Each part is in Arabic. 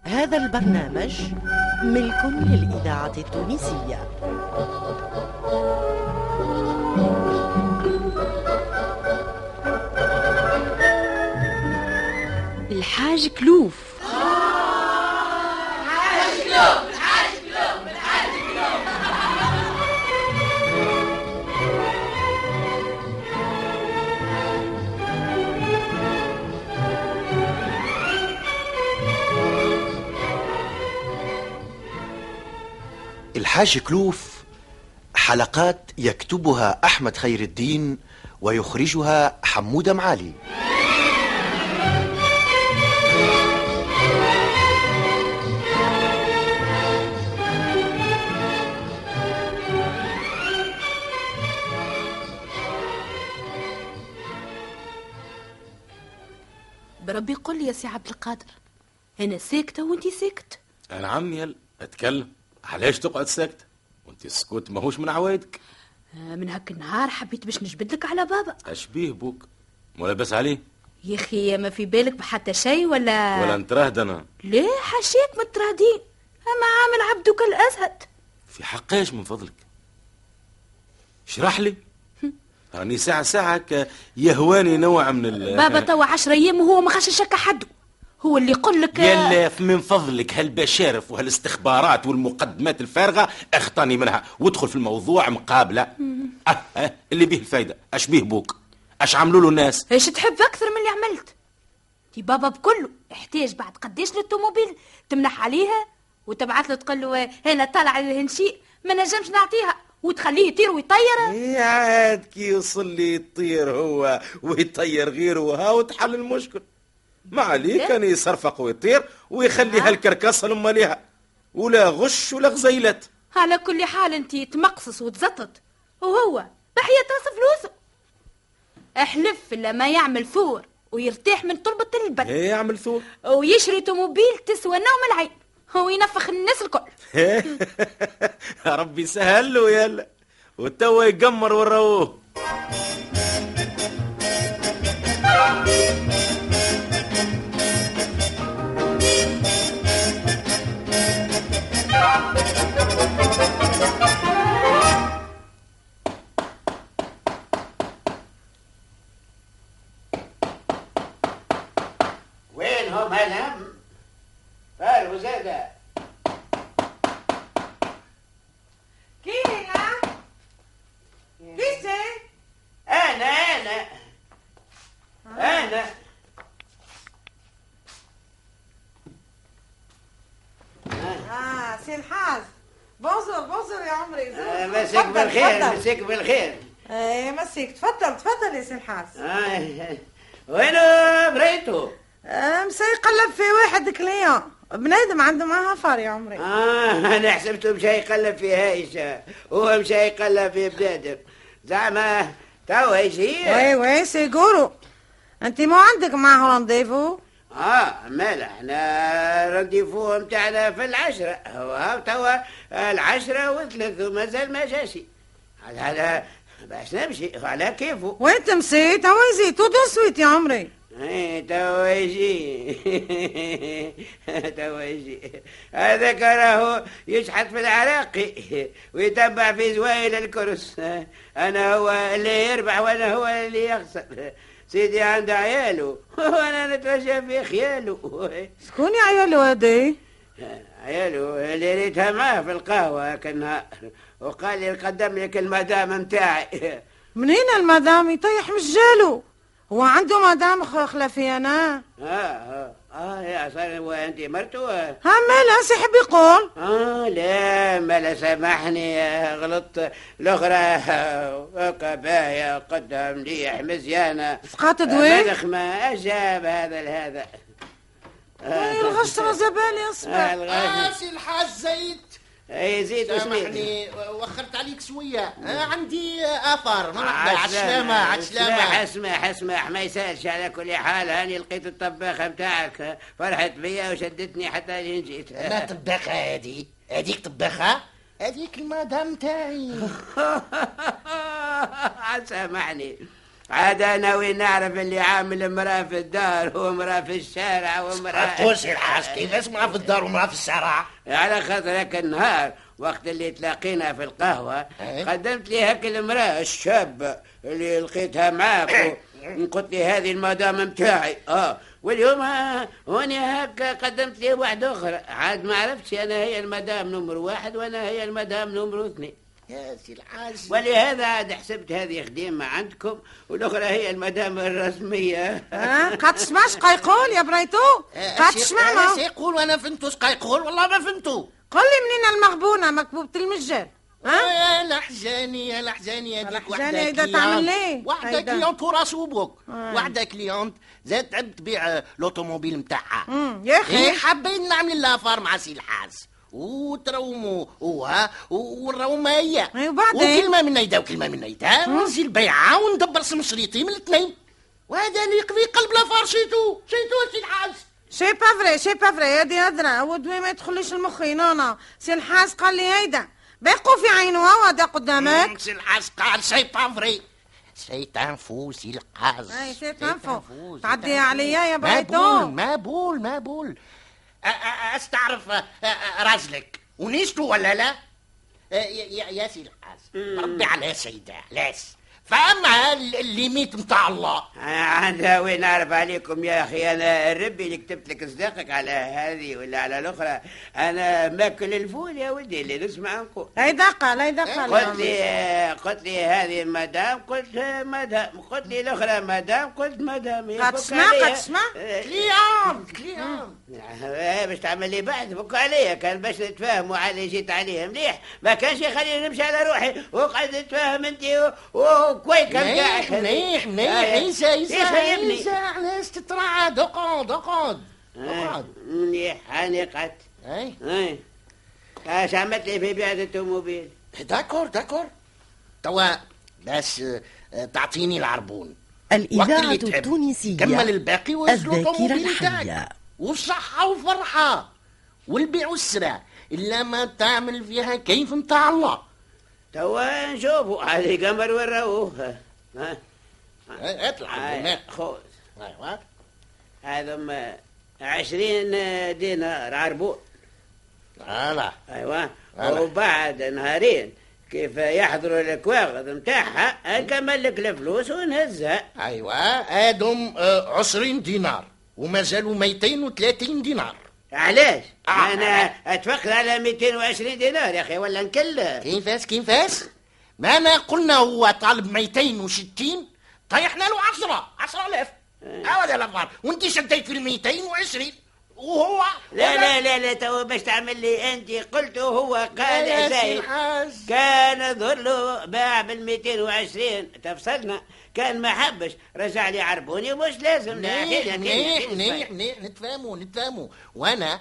هذا البرنامج ملك للإذاعة التونسية. الحاج كلوف. الحاج كلوف، حلقات يكتبها أحمد خير الدين ويخرجها حمودة معالي. بربي قل لي يا سي عبد القادر، أنا ساكتة وانتي ساكت. أنا عمي يلا أتكلم، علاش تقعد ساكتة وانت السكوت ماهوش من عوايدك؟ من هك النهار حبيت باش نجبدلك على بابا. أشبيه بوك ولا بس عليه يا أخي ما في بالك بحتى شيء ولا نتراهد أنا؟ ليه حاشيك متراهدين، أما عامل عبدك الأزهد في حقاش من فضلك اشرح لي. راني ساعة يهواني نوع من بابا توا 10 أيام وهو ما خششك حده، هو اللي يقول لك يلا من فضلك هالبشارف وهالاستخبارات والمقدمات الفارغة اخطاني منها وادخل في الموضوع مقابلة. اللي به الفايدة اش به بوك، اش عملوا له الناس؟ ايش تحب أكثر من اللي عملت؟ في بابا بكله احتاج بعد قديش للطوموبيل تمنح عليها وتبعث له تقول له هنا طالع الهنشيء ما نجمش نعطيها وتخليه يطير ويطير. يا عاد كي يوصل لي يطير هو ويطير غيره وها وتحل المشكل. ما عليه كان يصرفق ويطير ويخلي هالكركسة لما ليها ولا غش ولا غزيلات. على كل حال انت تمقصص وتزطط وهو بحياة راس فلوسه. احلف لما يعمل ثور ويرتاح من طلبة البلد. ايه يعمل ثور ويشري توموبيل تسوى نوم العين هو ينفخ الناس الكل. يا ربي سهل له يلا وتوا يقمر وراوه. وينهم هلم فارغ زادة كينا كيسي أنا سي الحاج بونزور يا عمري. مسيك بالخير مسيك. تفضل يا سي الحاج. وينو بريتو؟ مسي يقلب في واحد كليون بنادم عنده معها فار يا عمري. أنا حسبته مشى يقلب في هايشة وهو مشى يقلب في بنادم زعما توا يجي. وي سيقولوا انت مو عندك معه رونديفو؟ مالا احنا رونديفو متاعنا في 10 هو توا 10:03 ومازال ما جاشي. على باش نمشي على كيفه. وين تمسي توا يزيد تو سويت يا عمري. توا يجي هذاك راهو يشحت في العراقي ويتبع في زوايل الكرس. انا هو اللي يربح وانا هو اللي يخسر. سيدي عنده عياله وانا نتمشى في خياله. شكون يا عياله هادي؟ عياله اللي ريتها معاه في القهوة كالنهار وقال لي نقدم لك المدام متاعي. منين المدام يطيح مش جالو؟ هو عنده مدام خلفي انا. يا صار هو انت مرته؟ مالا سيحب يقول. لا مالا سامحني غلطت الاخرى كباية قدها مليح مزيانة سقاط دوي ما اجاب هذا الغش رزبالي اصبح. سي الحاج زيد. اي زيد سامحني وخرت عليك شويه. عندي اثار مرحبا عالسلامه. اسمح ما يسالش. على كل حال هاني لقيت الطباخه متاعك فرحت بيا وشدتني حتى لين جيت. لا طباخه هذيك طباخه هذيك المدام تاعي. سامحني عاد انا وين نعرف اللي عامل امراه في الدار وامراه في الشارع وامراه تقول سي الحاج كيف اسمها في الدار وامراه في الشارع؟ على خاطر هاك النهار وقت اللي تلاقينا في القهوه قدمت لي هاك المراه الشابه اللي لقيتها معاك قلت لي هذه المدام متاعي واليوم هوني هكا قدمت لي واحدة أخرى عاد ما عرفتش أنا هي المدام نمر 1 وأنا هي المدام نمر 2 يا سي الحاج. ولهذا عاد حسبت هذه خديمة عندكم والأخرى هي المدام الرسمية. قد تسمعش قيقول يا بريتو؟ قد تسمع ما يقول وأنا فهمتوش قيقول والله ما فهمتو. قل لي منين المغبونة مكبوبة المجال؟ يا لحجاني يا لحجاني هذيك وحدة إذا تعمل ليه؟ وحدة كليونت وراس وبوك وحدة كليونت زاد تعب تبيع الأوتوموبيل متاعها. يا أخي حابين نعمل لها فار مع سي الحاج وترومو والرومة هي وبعدين وكلمة من هيدا وكلمة من هيدا ونزي البيعة وندبر سم شريطي من الاثنين وهذا اللي يقضي قلب لافار شيتو سي الحاج. شي بافري هادي هدرة ودوي ما يدخليش المخي نونا. سي الحاج قال لي هيدا بيقوا في عينها وهذا قدامك. سي الحاج قال شي بافري سي تنفو سي الحاج. سي تنفو تعديها عليا يا بريتو. ما بول استعرف رجلك ونيشتو ولا لا؟ يا سي الحاج ربي على سيدة علاش فأما الليميت متاع الله. أنا وين أعرف عليكم يا أخي أنا الربي اللي كتبت لك صداقك على هذه ولا على الأخرى أنا ماكل الفول يا ودي اللي نسمع نقول. هيدا قال قلت لي هذه مدام قلت مدام قلت لي الأخرى مدام قلت مدام. قد تسمع كليون باش تعمل لي بعد بك عليا كان باش نتفاهموا على جيت عليه مليح ما كانش يخليني نمشي على روحي وقعد نتفاهم انت كويس مليح عيسى علاش تترعد اقعد مليح هاني قعدت. اي اش عملت لي في بيع التوموبيل؟ داكور توا باش تعطيني العربون الإذاعة التونسية كمل الباقي الذاكرة الحية والصحة وفرحة والبيع والسرع إلا ما تعمل فيها كيف متاع الله. توا نشوفوا هذه قمر وراوه اطلع خذ هذا 20 دينار عربون. لا ايوه وبعد نهارين كيف يحضروا الكواغذ متاعها نكمل لك الفلوس ونهزها. ايوه ادم 20 دينار وما زالوا 230 دينار. علاش؟ انا اتفقد على 220 دينار يا اخي ولا نكلها. كيفاش ما انا قلنا هو طالب 260 طيحنا له 10,000 هذا الافضل وانت شديت في 220 وهو لا تو باش تعمل لي انت قلت هو قال زايد كان ظهر له باع بال 220 تفصلنا كان ما حبش رجع لي عربوني مش لازم. منيح نتفاهموا وانا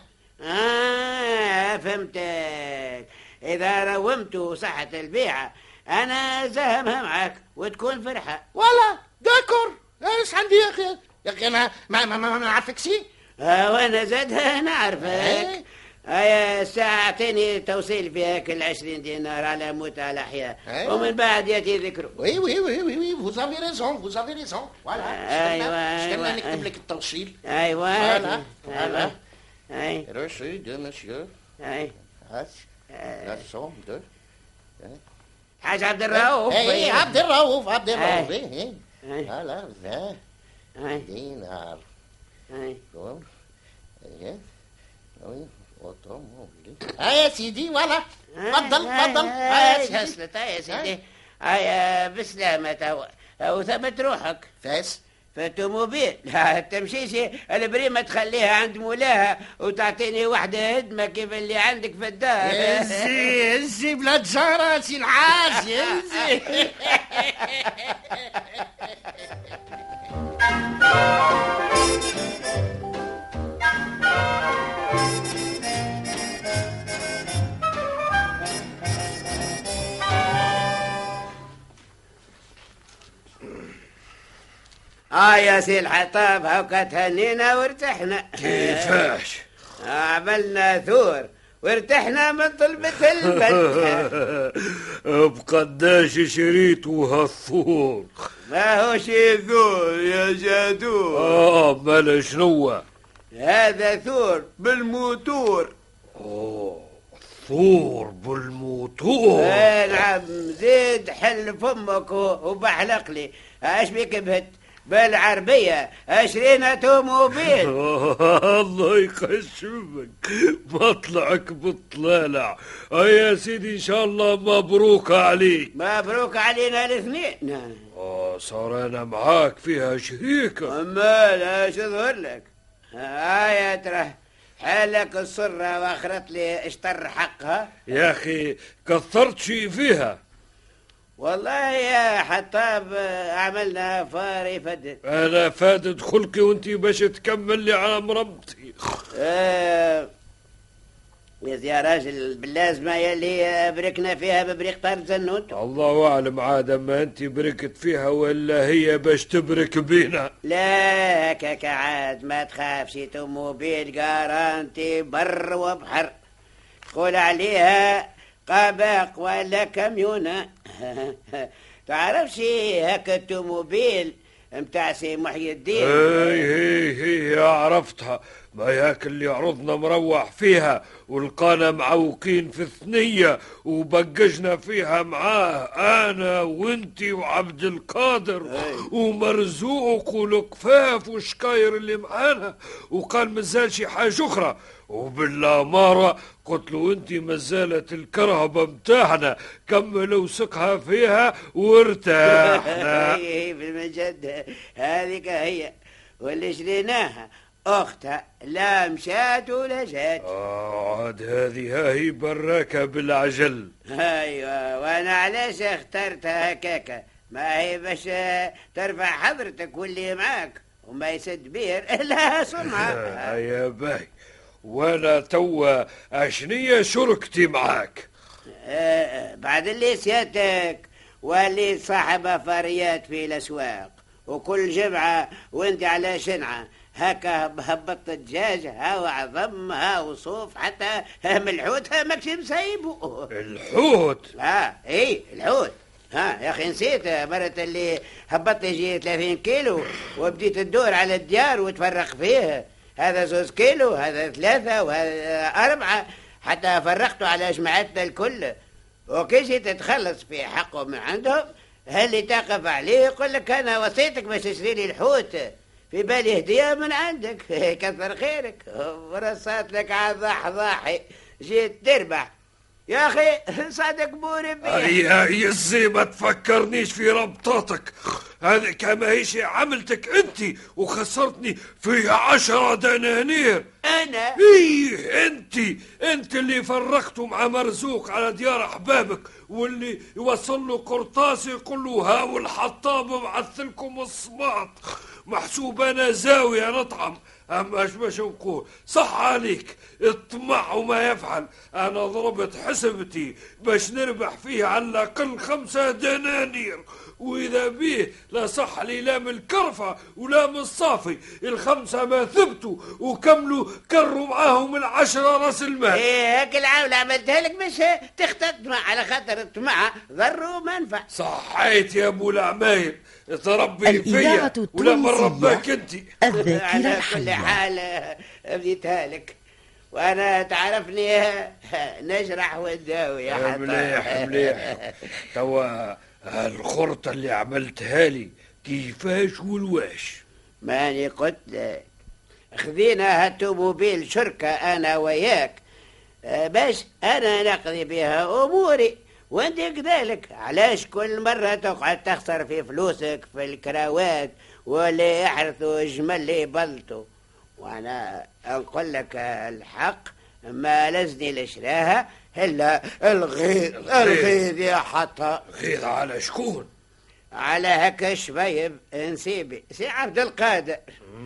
فهمتك. اذا رومت صحة البيعة انا زهمها معك وتكون فرحة ولا داكور. ايش عندي يا اخي انا ما نعرفك شي وانا زادها نعرفك. هيا الساعة اعطيني توصيل فيها كل 20 دينار على موت على احياء ومن بعد ياتي ذكره. وي vous avez raison voilà. ايوه نكتب لك التوصيل. ايوه voilà reçu de monsieur حاج عبد الرؤوف. عبد الرؤوف هلا دينار يا سيدي ولا تفضل يا سيدي هيا بسلامة او ثبت روحك فاس في التوموبيل لا تمشيش البريمة تخليها عند مولاها وتعطيني واحدة هدمة كيف اللي عندك في الدار. يزي بلا تجارة سي الحاج يزي. يا سي الحطاب هاكا تهنينا وارتحنا. كيفاش؟ عملنا ثور وارتحنا من طلبة المدح. بقداش شريتوا هالثور؟ ما هوش ثور يا جادور. مال شنو؟ هذا ثور بالموتور. ثور بالموتور. نعم، زيد حل فمك وبحلق لي. اش بيك بهت بالعربية 20 اوتوموبيل. الله يخشمك، مطلعك بالطلالع. يا سيدي ان شاء الله مبروك عليك. مبروك علينا الاثنين. صار انا معاك فيها شريكة. اما لا شظهر لك. يا ترى حالك الصرة واخرت لي اشتر حقها. يا اخي كثرت شي فيها. والله يا حطاب عملنا فاري فدد. انا فادد خلقي وانتي باش تكمل لي على مرمتي. يا راجل باللازمة يلي بركنا فيها ببريق طار زنوت. الله اعلم عاد ما انت بركت فيها ولا هي باش تبرك بينا. لا هكاك عاد ما تخافش، توموبيل جارانتي بر وبحر. تقول عليها قباق ولا كاميونة. تعرفش هكا التوموبيل متاع سي محي الدين؟ هي عرفتها، ما ياك اللي عرضنا مروح فيها ولقانا معوقين في الثنية وبقجنا فيها معاه انا وانتي وعبد القادر ومرزوق والقفاف والشكاير اللي معانا، وقال مازال شي حاجة اخرى. وبالامارة قلت له انتي مازالت الكرهبة متاعنا، كمل وسقها فيها وارتاحنا. بالمجد هذيك هي واللي شريناها اختها لا مشات ولا جات. عاد هذه هاي براكة بالعجل. ايوه، وانا علاش اخترتها هكاكا؟ ما هي باش ترفع حضرتك واللي معاك وما يسد بير لها سمعة. يا باي، وانا توا اشنية شركتي معاك؟ بعد اللي سيادتك واللي صاحب فريات في الاسواق وكل جمعة وانت على شنعة هكا هبط الدجاج ها وعظم ها وصوف حتى ملحوت ماكش مسايبه. الحوت؟ ايه الحوت. يا اخي نسيت مرة اللي هبط يجي 30 كيلو وبديت تدور على الديار وتفرق فيه، هذا 2 كيلو هذا 3 وهذا 4 حتى فرقته على جماعتنا الكل. وكي جيت تتخلص في حقه من عندهم اللي تقف عليه يقول لك انا وصيتك باش تشتري لي الحوت، في بالي هدية من عندك. كثر خيرك ورصات لك على ضحي جيت تربح. يا أخي صادق بوري بيه. يا يزي ما تفكرنيش في ربطاتك، هذه كما هيش عملتك انت وخسرتني في 10 دنانير. أنا؟ ايه انت اللي فرقتوا مع مرزوق على ديار أحبابك واللي يوصل له قرطاس يقول له ها والحطاب بعثلكم الصماط. محسوب انا زاوية نطعم، اما اش باش نقول صح عليك الطمع وما يفعل. انا ضربت حسبتي باش نربح فيه على الاقل 5 دنانير، واذا بيه لا صح لي لا من الكرفة ولا من الصافي. ال5 ما ثبتوا وكملوا كروا معاهم 10 راس المال. ايه هيك العاولة عملتها لك باش تختطمع على خاطر الطمع ضر ومنفع. صحيت يا ابو العمايل، تربي فيا ولا من رباك انت. على كل حال بديتها لك وانا تعرفني نجرح ونداوي يا حطاب. مليح. توا الخرطة اللي عملتها لي كيفاش والواش؟ ماني قلت لك خذينا هالتوموبيل شركة انا وياك باش انا نقضي بها اموري وانت كذلك. علاش كل مرة تقعد تخسر في فلوسك في الكراوات واللي يحرثوا جمل اللي يبلطوا؟ وانا نقول لك الحق ما لزني لشراها الا الغيظ يا حطا. غيظ على شكون؟ على هكا شبيب نسيبي سي عبد القادر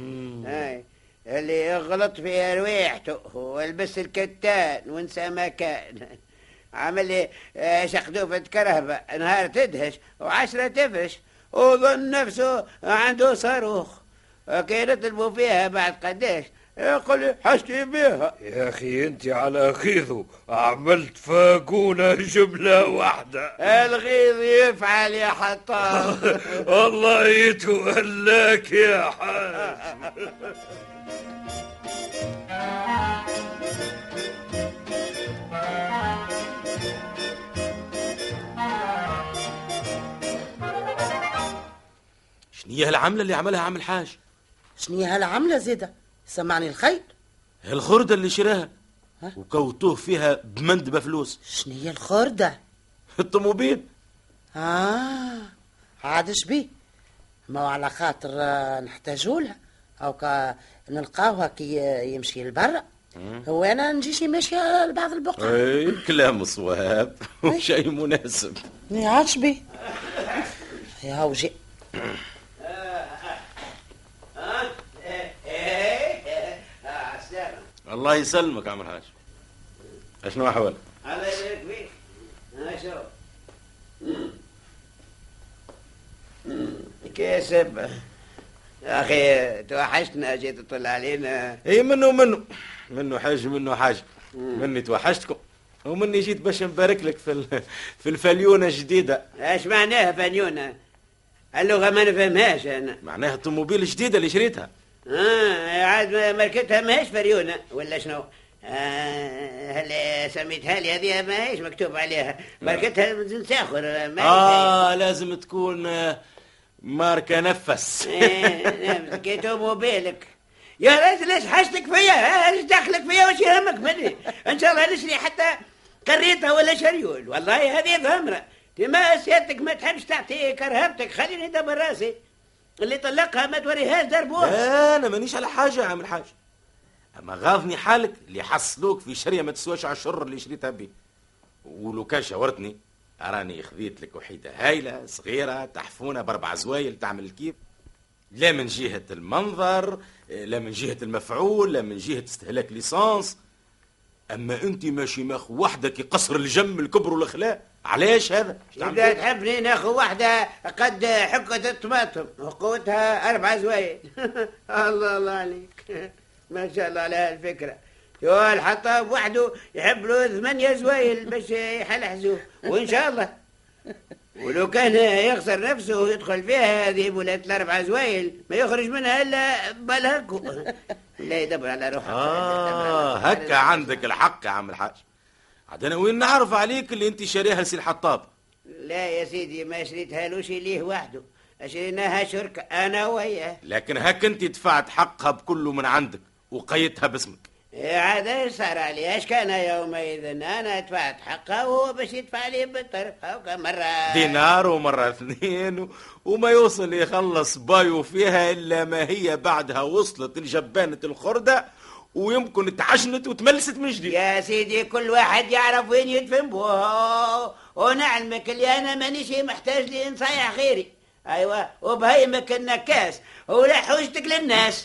اللي غلط في رواحته ولبس الكتان ونسى مكان، عمل لي شقدوفة كرهبة نهار تدهش و10 تفرش وظن نفسه عنده صاروخ. كي نطلبوا فيها بعد قداش يقول لي حاجتي بيها. يا أخي أنت على غيظه عملت فاقونة جملة واحدة. الغيظ يفعل يا حطاب. والله يتولاك يا حاج. شنية هالعملة اللي عملها عم الحاج؟ شنية هالعملة زيدة؟ سمعني الخير. الخردة اللي شراها وكوتوه فيها بمندبة فلوس. شنية الخردة؟ الطوموبيل. عادش بيه، ما هو على خاطر نحتاجولها أو نلقاوها كي يمشي لبرا، هو أنا نجيش ماشية لبعض البقع. اي كلام صواب وشيء مناسب. عادش بيه يا وجي. الله يسلمك عم الحاج. اشنو احوالك؟ الله يبارك فيك. شوف كيسب يا اخي توحشتنا، جيت تطل علينا. اي منه حاج منه حاجه. مني توحشتكم ومني جيت باش نبارك لك في الفاليونه الجديده. ايش معناها فاليونه؟ اللغه ما نفهمهاش انا. معناها الطوموبيل الجديده اللي شريتها. عاد ماركتها ماهيش فريونة ولا شنو؟ هل سميتها لي هذه ماهيش مكتوب عليها ماركتها ساخر. لازم تكون ماركة نفس. مسكيتو موبيلك يا رجل. ليش حاجتك فيا؟ ايش دخلك فيا وش يهمك مني؟ ان شاء الله نشري حتى كريطة ولا شريول. والله هذه ضمرة. ما سيادتك ما تحبش تعطي كرهبتك، خليني ندبر راسي. اللي طلقها ما توريهاش دربوها. انا مانيش على حاجه يا عم الحاج، اما غاضني حالك اللي حصلوك في شريه ما تسواش على الشر اللي شريتها بيه. ولو كان شاورتني اراني خذيت لك وحيده هايله صغيره تحفونه ب4 زوايل تعمل الكيف، لا من جهه المنظر لا من جهه المفعول لا من جهه استهلاك ليسانس. اما انت ماشي ماخو وحدك يقصر الجم الكبر والاخلاق. علاش هذا؟ إذا تحبني ناخذ واحدة قد حكة الطماطم وقوتها 4 زوايل. الله عليك، ما شاء الله على هالفكرة. شو الحطاب وحده يحب له 8 زوايل باش يحلحزوه، وإن شاء الله ولو كان يخسر نفسه ويدخل فيها هذه ولات 4 زوايل ما يخرج منها إلا بالهكو. لا يدبر على روحه. هكا عندك الحق يا عم الحاج. عاد انا وين نعرف عليك اللي انت شاريها لسي الحطاب؟ لا يا سيدي ما شريتها لوش ليه وحده، شريناها شركة انا وياه. لكن هك انت دفعت حقها بكله من عندك وقيتها باسمك. عاد ايش صار علي؟ ايش كان يومئذ؟ انا دفعت حقها وهو باش يدفع لي بالطرف. هاكا مرة دينار ومرة 2 وما يوصل يخلص بايو فيها الا ما هي بعدها وصلت لجبانة الخردة ويمكن تعشنت وتملست من جديد. يا سيدي كل واحد يعرف وين يدفن بوه، ونعلمك اللي انا مانيش محتاج لي نصيح غيري. ايوه وبهيمك النكاس ولا حوجتك للناس.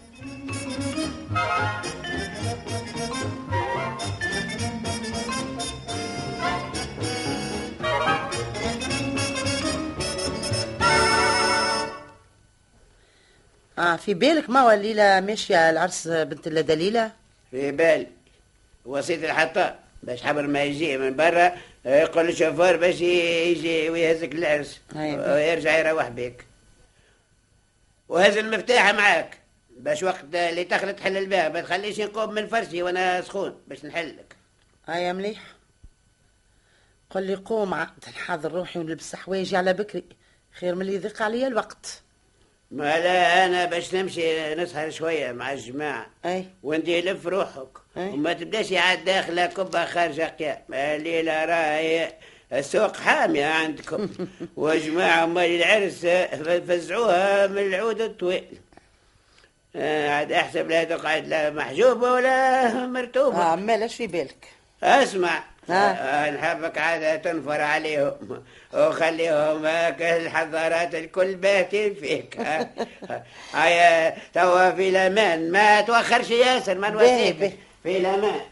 في بالك ما هو الليلة ماشية العرس بنت دليلة؟ في بالي وسيط الحطاب باش حبر ما يجي من برا يقول الشوفور باش يجي ويهزك العرس ويرجع يروح بيك. وهز المفتاح معاك باش وقت اللي تخلط تحل الباب ما تخليش نقوم من فرشي وانا سخون باش نحلك. يا مليح. قل لي قوم عاد نحضر روحي ونلبس حوايجي على بكري خير من اللي يضيق عليا الوقت. ما لا انا باش نمشي نسهر شويه مع الجماعه وانتي لف روحك وما تبداش عاد داخله كبه خارجه قيام. الليله راهي السوق حاميه عندكم وجماعه مال العرس فزعوها من العود الطويل. عاد احسب لا تقعد لا محجوبه ولا مرتوبه. مالاش في بالك. اسمع نحبك عاد تنفر عليهم وخليهم الحضارات الكل باتين فيك. هيا توا في الامان ما توخرش ياسر ما نواسيك في الامان.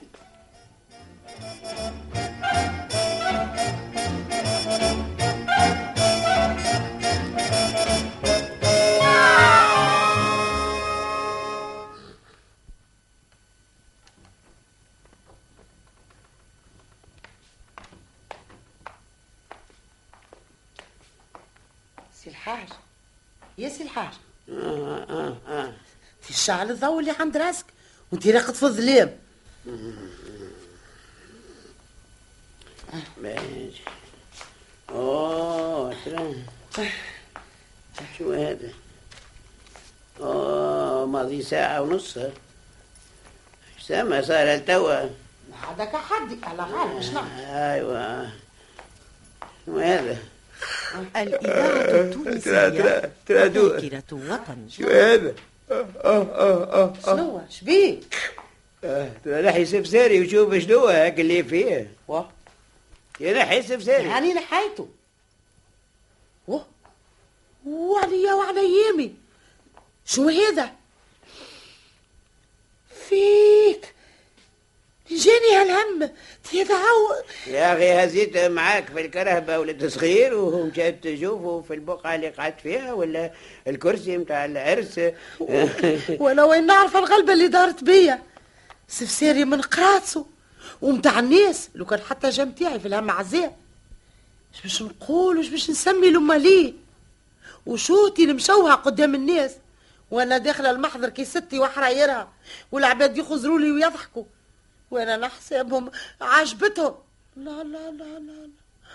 سي الحاج، يا سي الحاج، في الشعل الضوء اللي عند راسك وانت راقد في الظلام. ماشي. شو هذا؟ ماضي ساعة ونص. سما صار التوا. هذاك حدي على غالب مش نعم. ايوه. شو هذا؟ الإذاعة التونسية ذاكرة وطن. شو هذا؟ شنو شبيك؟ نحي سفساري وشوف شنو هاك اللي فيه. يا نحي سفساري. يعني نحيته. وعليا وعلى يامي. شو هذا؟ فيك جاني هالهم تيدعو. يا اخي هزيت معاك في الكرهبه ولا التصغير ومشيت تشوفه في البقعه اللي قعدت فيها ولا الكرسي متاع العرس. وانا وين نعرف الغلبه اللي دارت بيا. سفساري من قراصو ومتاع الناس لو كان حتى جا متاعي في الهم عزاه. اش باش نقول واش باش نسمي لما ليه وشوتي المشوهه قدام الناس وانا داخله المحضر كي ستي وحرايرها والعباد يخزروا لي ويضحكوا وانا نحسبهم عجبتهم. لا لا لا لا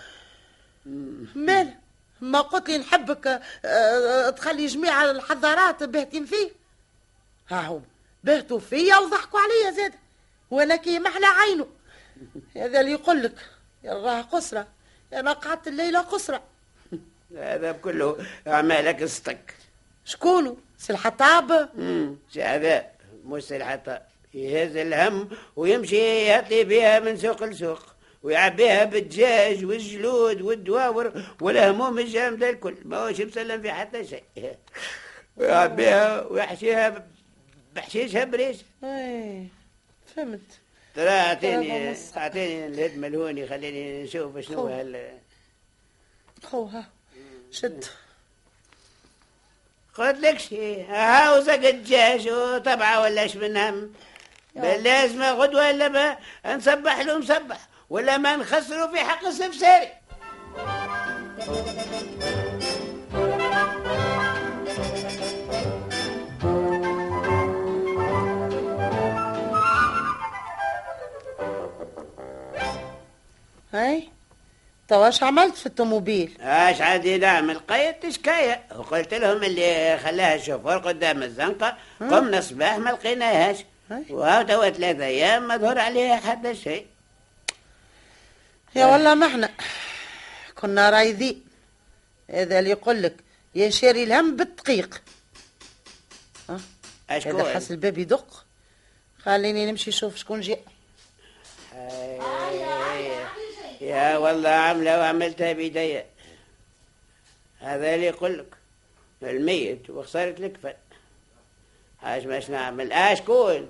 مال ما قلت لي نحبك تخلي جميع الحضارات باهتين فيه. ها هو بهتوا فيا وضحكوا عليا زاد وانا كي محلى عينه. هذا اللي يقول لك راه قسرة، انا قعدت الليله قسرة. هذا كله اعمالك استك. شكونه سي الحطاب؟ هذا مش سي الحطاب يهز الهم ويمشي يهطي بها من سوق لسوق ويعبيها بالدجاج والجلود والدواور والهموم الجامده الكل ما هوش مسلم في حتى شيء. ويعبيها ويحشيها بحشيشها بريش. اي فهمت. ترى اعطيني الهدمه الهوني خليني نشوف شنو خوها شد. قلت لك شي هاوزك الدجاج وطبعه ولاش من هم. لازم غدوه الا ما نصبح له مصبح ولا ما نخسره في حق السفساري. هاي توا اش عملت في الطوموبيل؟ اش عادي نعمل؟ قيدت شكايه وقلت لهم اللي خلاها الشوفور قدام الزنقه قمنا الصباح ما لقيناهاش وها توا 3 أيام ما ظهر عليها حتى شيء. يا والله ما احنا كنا رايدين. هذا اللي يقول لك يا شاري الهم بالدقيق. هذا حس الباب يدق. خليني نمشي نشوف شكون جاء. يا والله عامله وعملتها بيديا. هذا اللي يقول لك الميت وخسرت الكفن. اش باش نعمل؟ اشكون؟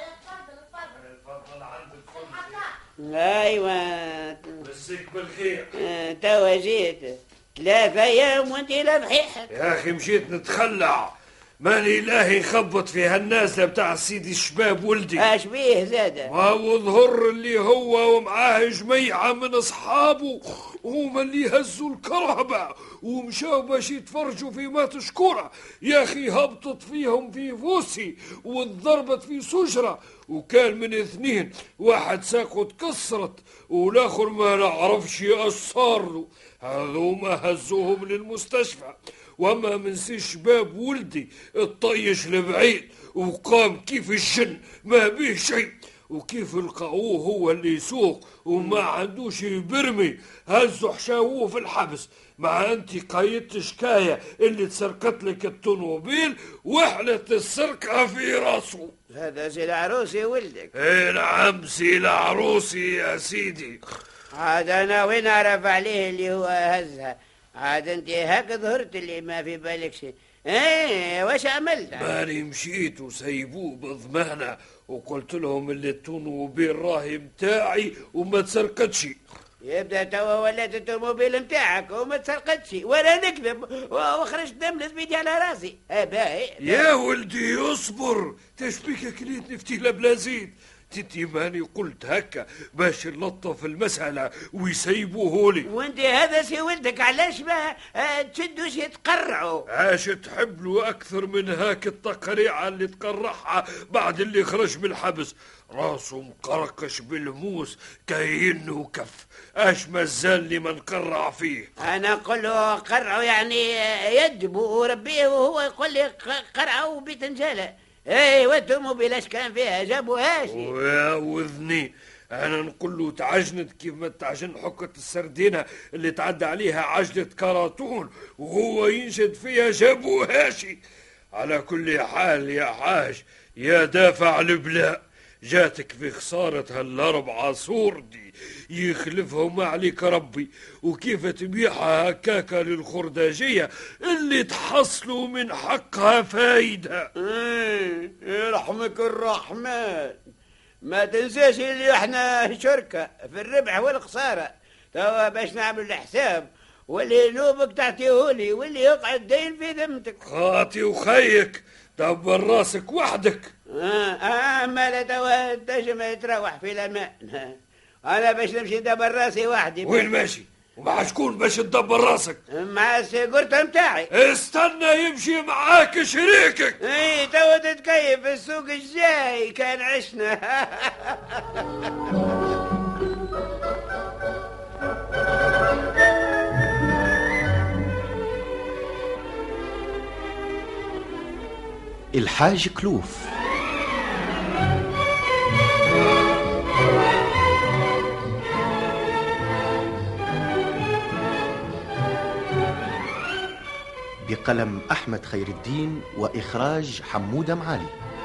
ايوه مسك بالخير. توا جيت 3 أيام وانت لا ضحيحك. يا اخي مشيت نتخلع ماني إلهي نخبط في هالنازلة بتاع سيدي الشباب ولدي. اش بيه زاده؟ ما هو ظهر اللي هو ومعاه جميعة من أصحابه هما اللي هزوا الكرهبة ومشاو باش يتفرجوا في مات شكورة. يا أخي هبطت فيهم في فوسي وانضربت في سجرة وكان من 2 واحد ساقه تكسرت والآخر ما نعرفش اش صار له. هذوما هزوهم للمستشفى وما من سي شباب ولدي الطيش لبعيد وقام كيف الجن ما بيه شيء وكيف لقاوه هو اللي يسوق وما عندوش برمي هزوا حشاوه في الحبس. مع انت قيدت شكاية اللي تسرقت لك الطوموبيل وحلت السرقة في راسه. هذا سي العروسي ولدك؟ ايه نعم سي العروسي يا سيدي. عاد انا وين اعرف عليه اللي هو هزها. عاد انت هاك ظهرت اللي ما في بالك شيء. ايه واش عملت؟ ماني مشيت وسيبوه بضمانه وقلت لهم اللي الطوموبيل راهي متاعي وما تسرقتش. يبدا توا ولات الطوموبيل متاعك وما تسرقتش وانا نكذب وخرجت نملس بيدي على راسي. باهي يا ولدي اصبر تشبيك كليتني فتيله بلا زيت حتتي ماني قلت هكا باش نلطف المسألة ويسيبوهولي. وانت هذا سي ولدك علاش ما تشدوش يتقرعوا؟ عاش تحب له أكثر من هاك التقريعة اللي تقرعها بعد اللي خرج من الحبس، راسه مقرقش بالموس كأنه كف. اش مازال لي ما نقرع فيه؟ انا نقول له قرعوا يعني يدبوا وربيه، وهو يقول لي قرعوا بتنجاله. اي وانتم بلاش كان فيها جابوهاش. ويا وذني انا نقول له تعجنت كيف ما تعجن حكة السردينة اللي تعدى عليها عجلة كراتون، وهو ينشد فيها جابوهاشي. على كل حال يا حاج يا دافع البلاء، جاتك في خسارة هالأربعة صور دي يخلفهم عليك ربي، وكيف تبيعها هكاكا للخرداجية اللي تحصلوا من حقها فايدة. يرحمك الرحمن، ما تنساش اللي احنا شركة في الربح والخسارة. توا باش نعمل الحساب، واللي نوبك تعطيهولي واللي يقعد دين في ذمتك. خاطي وخيك دبر راسك وحدك. ما لا توا تنجم تروح في الامان. انا باش نمشي ندبر راسي وحدي. وين ماشي؟ ومع شكون باش تدبر راسك؟ مع السيقورتا متاعي. استنى يمشي معاك شريكك. اي توا تتكيف في السوق الجاي كان عشنا. الحاج كلوف. بقلم أحمد خير الدين وإخراج حمودة معالي.